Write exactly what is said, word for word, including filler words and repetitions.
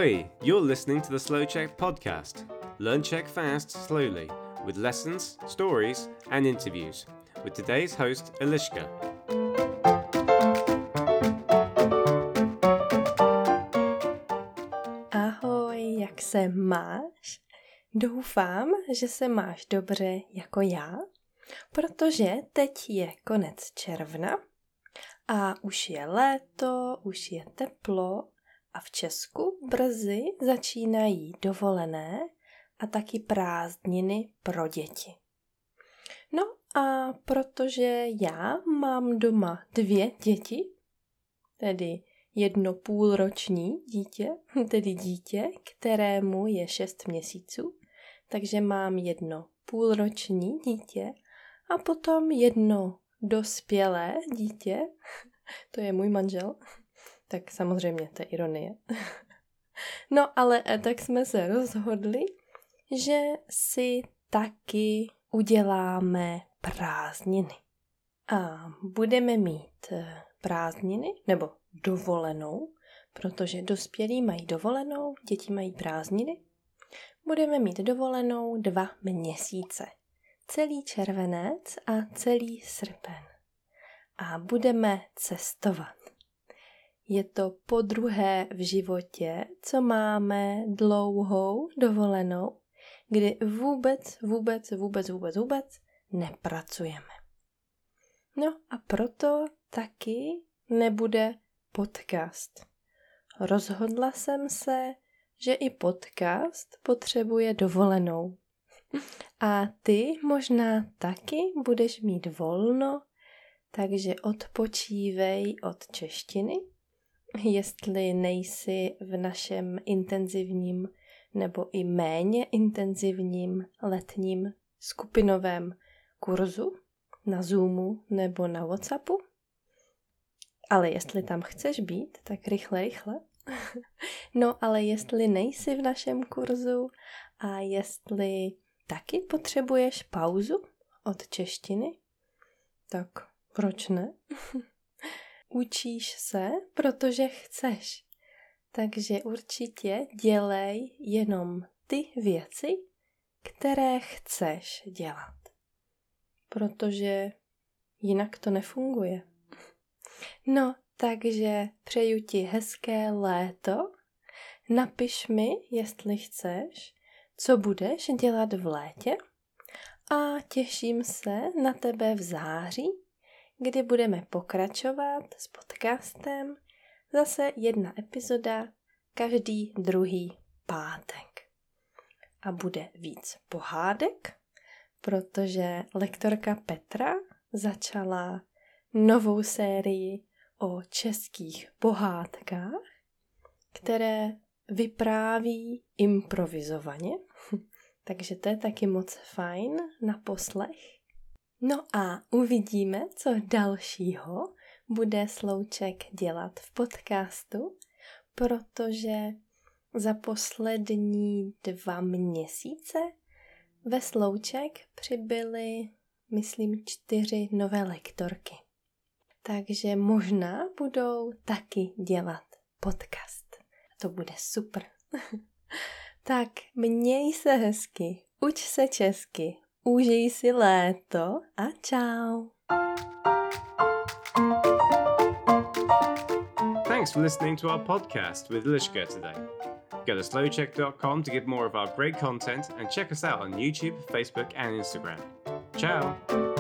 Ahoy! You're listening to the Slow Czech podcast. Learn Czech fast, slowly, with lessons, stories, and interviews. With today's host, Eliška. Ahoj, jak se máš? Doufám, že se máš dobře jako já, protože teď je konec června a už je léto, už je teplo a v Česku brzy začínají dovolené a taky prázdniny pro děti. No a protože já mám doma dvě děti, tedy jedno půlroční dítě, tedy dítě, kterému je šest měsíců, takže mám jedno půlroční dítě a potom jedno dospělé dítě, to je můj manžel, tak samozřejmě to je ironie. No ale tak jsme se rozhodli, že si taky uděláme prázdniny. A budeme mít prázdniny, nebo dovolenou, protože dospělí mají dovolenou, děti mají prázdniny. Budeme mít dovolenou dva měsíce. Celý červenec a celý srpen. A budeme cestovat. Je to podruhé v životě, co máme dlouhou dovolenou, kdy vůbec, vůbec, vůbec, vůbec, vůbec nepracujeme. No a proto taky nebude podcast. Rozhodla jsem se, že i podcast potřebuje dovolenou. A ty možná taky budeš mít volno, takže odpočívej od češtiny, jestli nejsi v našem intenzivním nebo i méně intenzivním letním skupinovém kurzu na Zoomu nebo na WhatsAppu. Ale jestli tam chceš být, tak rychle, rychle. No ale jestli nejsi v našem kurzu a jestli taky potřebuješ pauzu od češtiny, tak proč ne? Učíš se, protože chceš. Takže určitě dělej jenom ty věci, které chceš dělat. Protože jinak to nefunguje. No, takže přeju ti hezké léto. Napiš mi, jestli chceš, co budeš dělat v létě a těším se na tebe v září, kdy budeme pokračovat s podcastem, zase jedna epizoda každý druhý pátek. A bude víc pohádek, protože lektorka Petra začala novou sérii o českých pohádkách, které vypráví improvizovaně, takže to je taky moc fajn na poslech. No a uvidíme, co dalšího bude Slouček dělat v podcastu, protože za poslední dva měsíce ve Slouček přibyly, myslím, čtyři nové lektorky. Takže možná budou taky dělat podcast. To bude super. Tak měj se hezky, uč se česky, užij si léto a čau. Thanks for listening to our podcast with Eliška today. Go to slow czech dot com to get more of our great content and check us out on YouTube, Facebook and Instagram. Ciao!